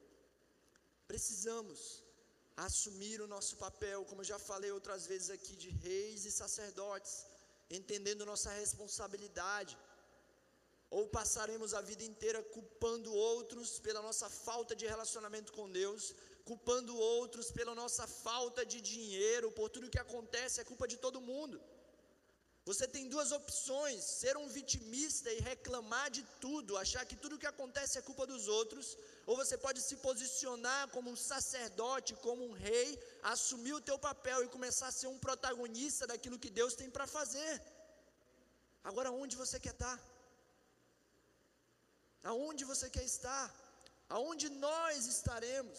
Speaker 1: Precisamos assumir o nosso papel, como eu já falei outras vezes aqui, de reis e sacerdotes, entendendo nossa responsabilidade. Ou passaremos a vida inteira culpando outros pela nossa falta de relacionamento com Deus, culpando outros pela nossa falta de dinheiro, por tudo que acontece, é culpa de todo mundo. Você tem duas opções: ser um vitimista e reclamar de tudo, achar que tudo que acontece é culpa dos outros, ou você pode se posicionar como um sacerdote, como um rei, assumir o teu papel e começar a ser um protagonista daquilo que Deus tem para fazer. Agora, onde você quer estar? Aonde você quer estar? Aonde nós estaremos?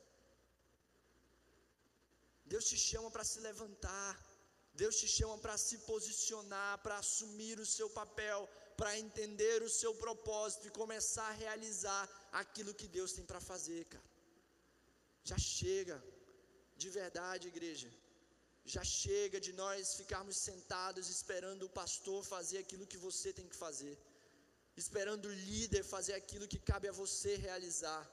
Speaker 1: Deus te chama para se levantar, Deus te chama para se posicionar, para assumir o seu papel, para entender o seu propósito e começar a realizar aquilo que Deus tem para fazer, cara. Já chega, de verdade, igreja, já chega de nós ficarmos sentados esperando o pastor fazer aquilo que você tem que fazer, esperando o líder fazer aquilo que cabe a você realizar.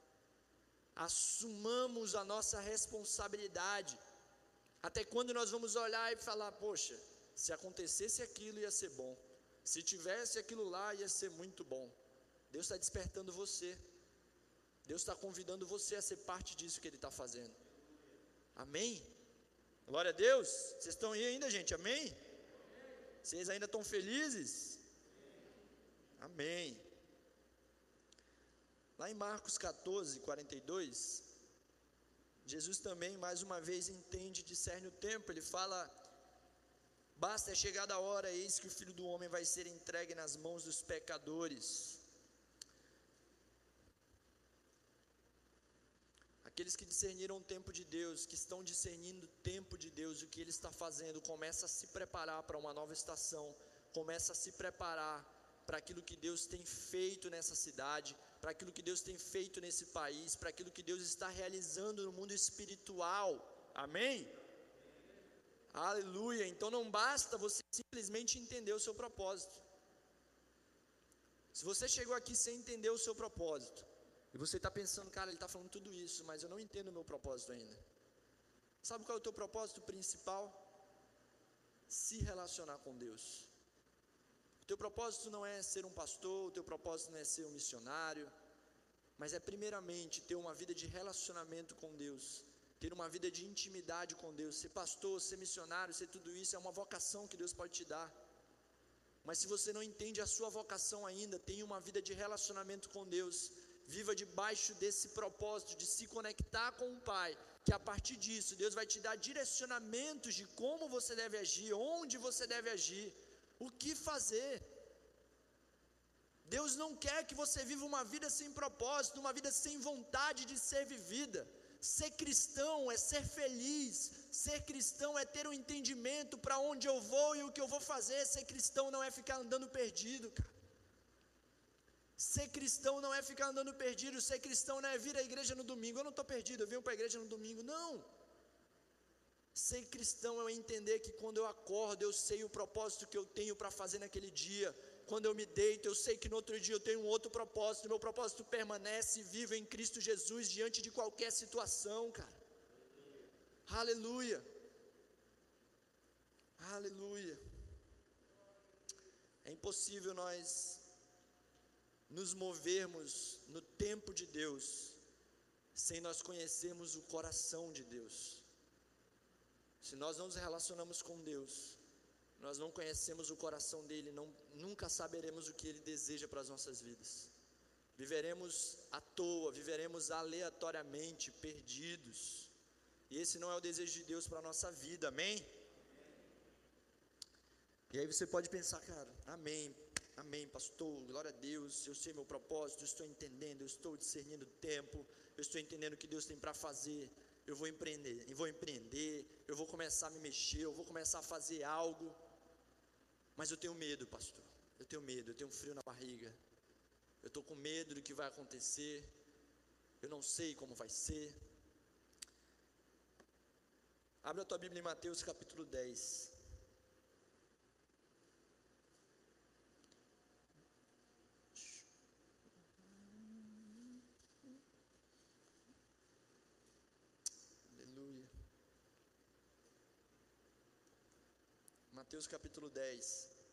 Speaker 1: Assumamos a nossa responsabilidade. Até quando nós vamos olhar e falar, poxa, se acontecesse aquilo ia ser bom, se tivesse aquilo lá ia ser muito bom. Deus está despertando você, Deus está convidando você a ser parte disso que Ele está fazendo. Amém? Glória a Deus. Vocês estão aí ainda, gente? Amém? Vocês ainda estão felizes? Amém. Lá em Marcos 14, 42, Jesus também mais uma vez entende, discerne o tempo. Ele fala, basta, é chegada a hora, eis que o Filho do Homem vai ser entregue nas mãos dos pecadores. Aqueles que discerniram o tempo de Deus, que estão discernindo o tempo de Deus, o que Ele está fazendo, começa a se preparar para uma nova estação, começa a se preparar para aquilo que Deus tem feito nessa cidade, para aquilo que Deus tem feito nesse país, para aquilo que Deus está realizando no mundo espiritual. Amém? Aleluia. Então não basta você simplesmente entender o seu propósito. Se você chegou aqui sem entender o seu propósito, e você está pensando, cara, ele está falando tudo isso, mas eu não entendo o meu propósito ainda. Sabe qual é o teu propósito principal? Se relacionar com Deus. O teu propósito não é ser um pastor, o teu propósito não é ser um missionário, mas é primeiramente ter uma vida de relacionamento com Deus, ter uma vida de intimidade com Deus. Ser pastor, ser missionário, ser tudo isso é uma vocação que Deus pode te dar. Mas se você não entende a sua vocação ainda, tenha uma vida de relacionamento com Deus, viva debaixo desse propósito de se conectar com o Pai, que a partir disso Deus vai te dar direcionamentos de como você deve agir, onde você deve agir, o que fazer. Deus não quer que você viva uma vida sem propósito, uma vida sem vontade de ser vivida. Ser cristão é ser feliz, ser cristão é ter um entendimento para onde eu vou e o que eu vou fazer. Ser cristão não é ficar andando perdido, cara. Ser cristão não é ficar andando perdido, ser cristão não é vir à igreja no domingo. Eu não estou perdido, eu venho para a igreja no domingo, não. Ser cristão é entender que quando eu acordo, eu sei o propósito que eu tenho para fazer naquele dia. Quando eu me deito, eu sei que no outro dia eu tenho um outro propósito. Meu propósito permanece vivo em Cristo Jesus diante de qualquer situação, cara. Aleluia. Aleluia. É impossível nós nos movermos no tempo de Deus sem nós conhecermos o coração de Deus. Se nós não nos relacionamos com Deus, nós não conhecemos o coração dele, nunca saberemos o que ele deseja para as nossas vidas. Viveremos à toa, viveremos aleatoriamente, perdidos. E esse não é o desejo de Deus para a nossa vida, amém? E aí você pode pensar, cara, amém, amém, pastor, glória a Deus, eu sei meu propósito, eu estou entendendo, eu estou discernindo o tempo, eu estou entendendo o que Deus tem para fazer, eu vou empreender, eu vou começar a me mexer, eu vou começar a fazer algo, mas eu tenho medo, pastor, eu tenho medo, eu tenho um frio na barriga, eu estou com medo do que vai acontecer, eu não sei como vai ser. Abre a tua Bíblia em Mateus capítulo 10. Mateus capítulo 10,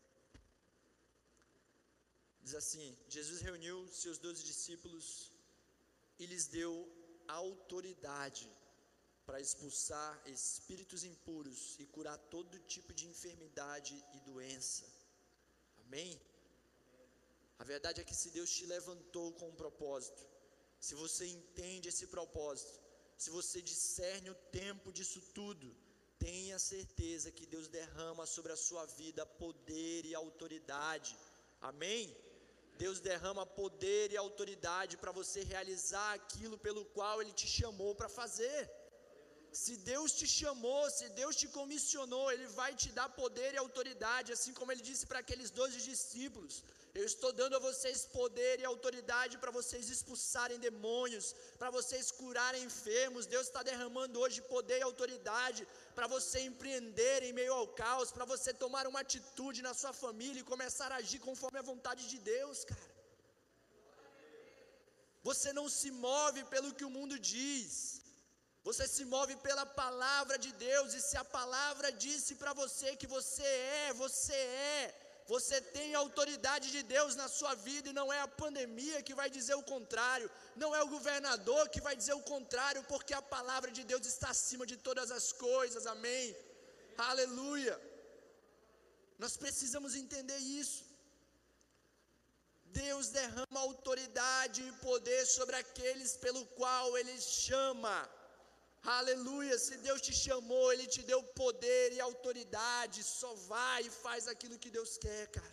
Speaker 1: diz assim, Jesus reuniu seus 12 discípulos e lhes deu autoridade para expulsar espíritos impuros e curar todo tipo de enfermidade e doença. Amém? A verdade é que se Deus te levantou com um propósito, se você entende esse propósito, se você discerne o tempo disso tudo, tenha certeza que Deus derrama sobre a sua vida poder e autoridade. Amém? Deus derrama poder e autoridade para você realizar aquilo pelo qual Ele te chamou para fazer. Se Deus te chamou, se Deus te comissionou, Ele vai te dar poder e autoridade, assim como Ele disse para aqueles 12 discípulos: eu estou dando a vocês poder e autoridade para vocês expulsarem demônios, para vocês curarem enfermos. Deus está derramando hoje poder e autoridade para você empreender em meio ao caos, para você tomar uma atitude na sua família e começar a agir conforme a vontade de Deus, cara. Você não se move pelo que o mundo diz, você se move pela palavra de Deus. E se a palavra disse para você que você tem a autoridade de Deus na sua vida, e não é a pandemia que vai dizer o contrário, não é o governador que vai dizer o contrário, porque a palavra de Deus está acima de todas as coisas, amém? Aleluia! Nós precisamos entender isso. Deus derrama autoridade e poder sobre aqueles pelo qual Ele chama. Aleluia, se Deus te chamou, Ele te deu poder e autoridade, só vai e faz aquilo que Deus quer, cara.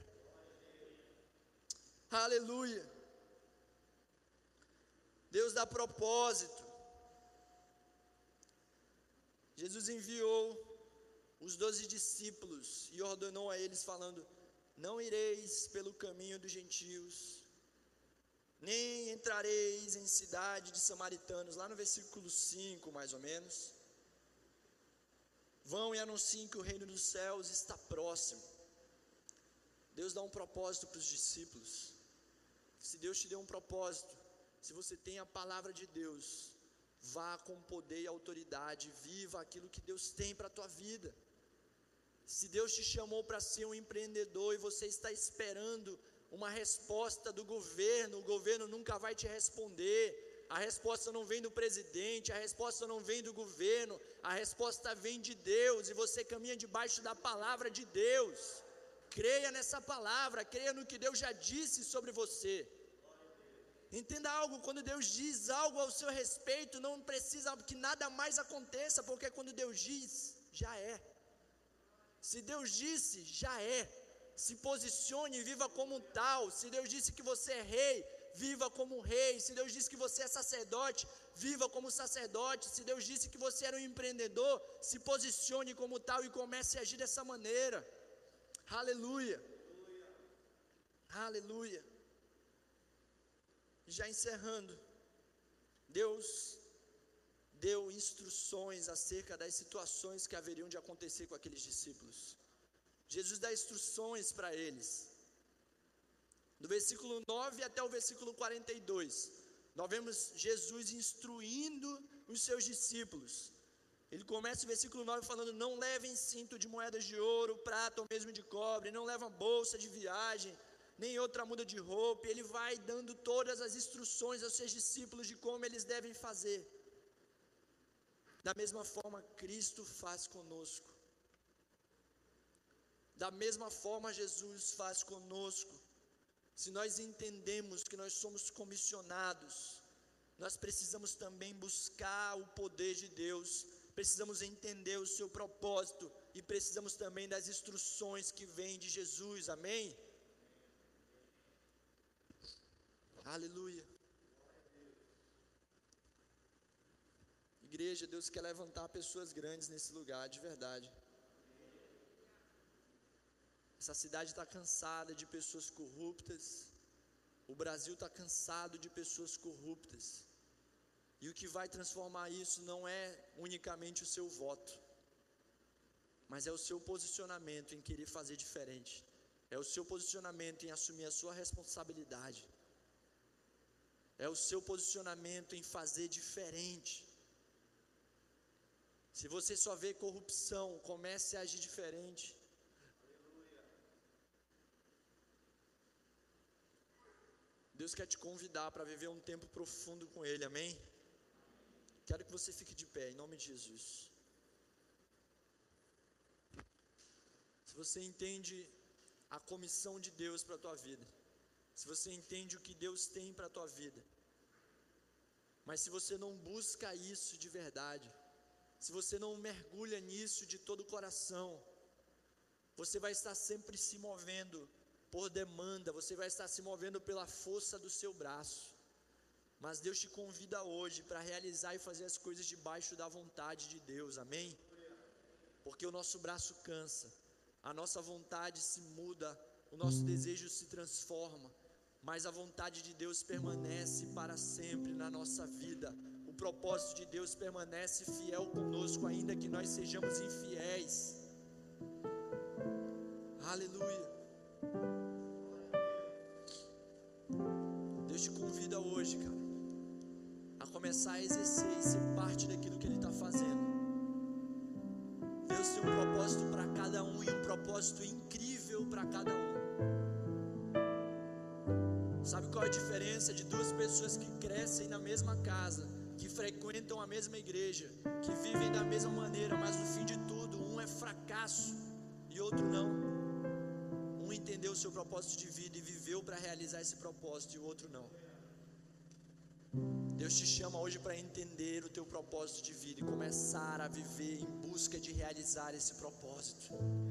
Speaker 1: Aleluia. Deus dá propósito. Jesus enviou os 12 discípulos e ordenou a eles falando: não ireis pelo caminho dos gentios, nem entrareis em cidade de samaritanos, lá no versículo 5 mais ou menos. Vão e anunciem que o reino dos céus está próximo. Deus dá um propósito para os discípulos. Se Deus te deu um propósito, se você tem a palavra de Deus, vá com poder e autoridade, viva aquilo que Deus tem para a tua vida. Se Deus te chamou para ser um empreendedor e você está esperando uma resposta do governo, o governo nunca vai te responder. A resposta não vem do presidente, a resposta não vem do governo, a resposta vem de Deus, e você caminha debaixo da palavra de Deus. Creia nessa palavra, creia no que Deus já disse sobre você. Entenda algo: quando Deus diz algo ao seu respeito, não precisa que nada mais aconteça, porque quando Deus diz, já é. Se Deus disse, já é. Se posicione e viva como tal. Se Deus disse que você é rei, viva como rei. Se Deus disse que você é sacerdote, viva como sacerdote. Se Deus disse que você era um empreendedor, se posicione como tal e comece a agir dessa maneira. Aleluia. Aleluia. Já encerrando, Deus deu instruções acerca das situações que haveriam de acontecer com aqueles discípulos. Jesus dá instruções para eles. Do versículo 9 até o versículo 42, nós vemos Jesus instruindo os seus discípulos. Ele começa o versículo 9 falando: não levem cinto de moedas de ouro, prata ou mesmo de cobre, não levem bolsa de viagem, nem outra muda de roupa. Ele vai dando todas as instruções aos seus discípulos de como eles devem fazer. Da mesma forma, Cristo faz conosco. Da mesma forma, Jesus faz conosco. Se nós entendemos que nós somos comissionados, nós precisamos também buscar o poder de Deus, precisamos entender o seu propósito e precisamos também das instruções que vêm de Jesus, amém? Aleluia. Igreja, Deus quer levantar pessoas grandes nesse lugar, de verdade. Essa cidade está cansada de pessoas corruptas. O Brasil está cansado de pessoas corruptas. E o que vai transformar isso não é unicamente o seu voto, mas é o seu posicionamento em querer fazer diferente. É o seu posicionamento em assumir a sua responsabilidade. É o seu posicionamento em fazer diferente. Se você só vê corrupção, comece a agir diferente. Deus quer te convidar para viver um tempo profundo com Ele, amém? Quero que você fique de pé, em nome de Jesus. Se você entende a comissão de Deus para a tua vida, se você entende o que Deus tem para a tua vida, mas se você não busca isso de verdade, se você não mergulha nisso de todo o coração, você vai estar sempre se movendo por demanda, você vai estar se movendo pela força do seu braço. Mas Deus te convida hoje para realizar e fazer as coisas debaixo da vontade de Deus, amém? Porque o nosso braço cansa, a nossa vontade se muda, o nosso desejo se transforma, mas a vontade de Deus permanece para sempre na nossa vida. O propósito de Deus permanece fiel conosco, ainda que nós sejamos infiéis. Aleluia. Deus te convida hoje, cara, a começar a exercer e ser parte daquilo que Ele está fazendo. Deus tem um propósito para cada um e um propósito incrível para cada um. Sabe qual é a diferença de duas pessoas que crescem na mesma casa, que frequentam a mesma igreja, que vivem da mesma maneira, mas no fim de tudo, um é fracasso e outro não? Um entendeu o seu propósito de vida e viveu para realizar esse propósito, e o outro não. Deus te chama hoje para entender o teu propósito de vida e começar a viver em busca de realizar esse propósito.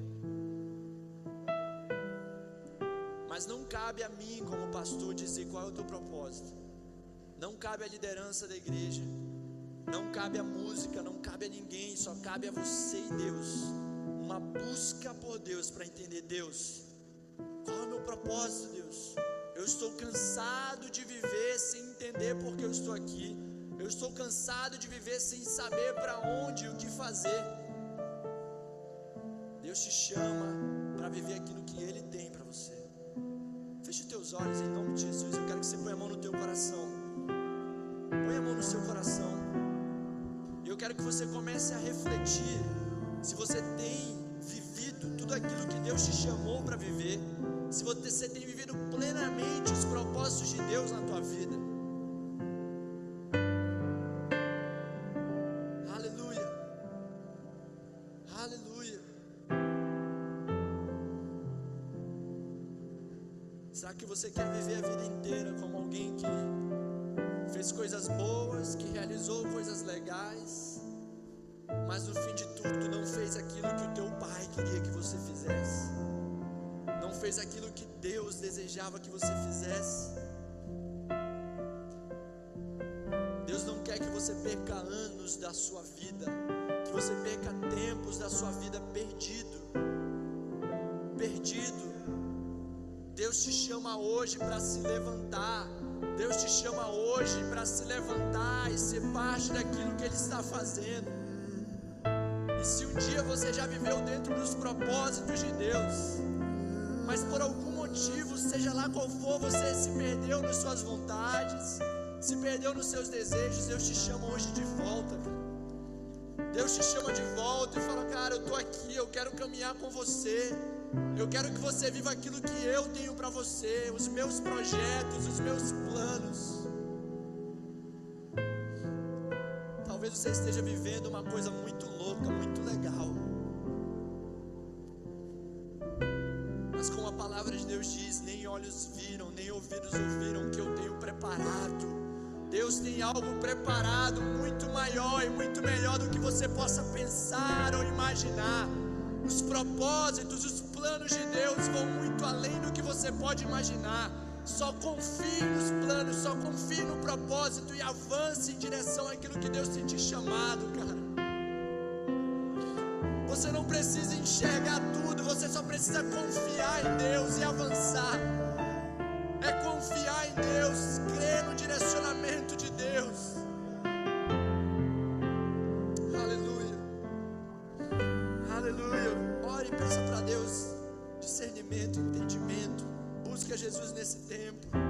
Speaker 1: Mas não cabe a mim, como pastor, dizer qual é o teu propósito. Não cabe à liderança da igreja, não cabe à música, não cabe a ninguém, só cabe a você e Deus. Uma busca por Deus para entender: Deus, qual é o meu propósito, Deus? Eu estou cansado de viver sem entender porque eu estou aqui. Eu estou cansado de viver sem saber para onde e o que fazer. Deus te chama para viver aquilo que Ele tem para você. Feche os teus olhos em nome de Jesus. Eu quero que você ponha a mão no teu coração. Põe a mão no seu coração. E eu quero que você comece a refletir se você tem vivido tudo aquilo que Deus te chamou para viver. Se você tem vivido plenamente os propósitos de Deus na tua vida. Aleluia. Aleluia. Será que você quer viver a vida inteira como alguém que fez coisas boas, que realizou coisas legais, mas no fim de tudo tu não fez aquilo que o teu pai queria que você fizesse? Não fez aquilo que Deus desejava que você fizesse? Deus não quer que você perca anos da sua vida, que você perca tempos da sua vida perdido. Deus te chama hoje para se levantar. Deus te chama hoje para se levantar e ser parte daquilo que Ele está fazendo. E se um dia você já viveu dentro dos propósitos de Deus, mas por algum motivo, seja lá qual for, você se perdeu nas suas vontades, se perdeu nos seus desejos, Deus te chama hoje de volta, cara. Deus te chama de volta e fala: cara, eu estou aqui, eu quero caminhar com você. Eu quero que você viva aquilo que eu tenho para você, os meus projetos, os meus planos. Talvez você esteja vivendo uma coisa muito louca, muito legal, mas como a palavra de Deus diz, nem olhos viram, nem ouvidos ouviram o que eu tenho preparado. Deus tem algo preparado muito maior e muito melhor do que você possa pensar ou imaginar. Os propósitos, os planos de Deus vão muito além do que você pode imaginar. Só confie nos planos, só confie no propósito e avance em direção àquilo que Deus tem te chamado, cara. Você não precisa enxergar tudo, você só precisa confiar em Deus e avançar. É confiar em Deus, crer no direcionamento de Deus. Aleluia. Aleluia. Ore e peça para Deus discernimento, entendimento. Busca Jesus nesse tempo.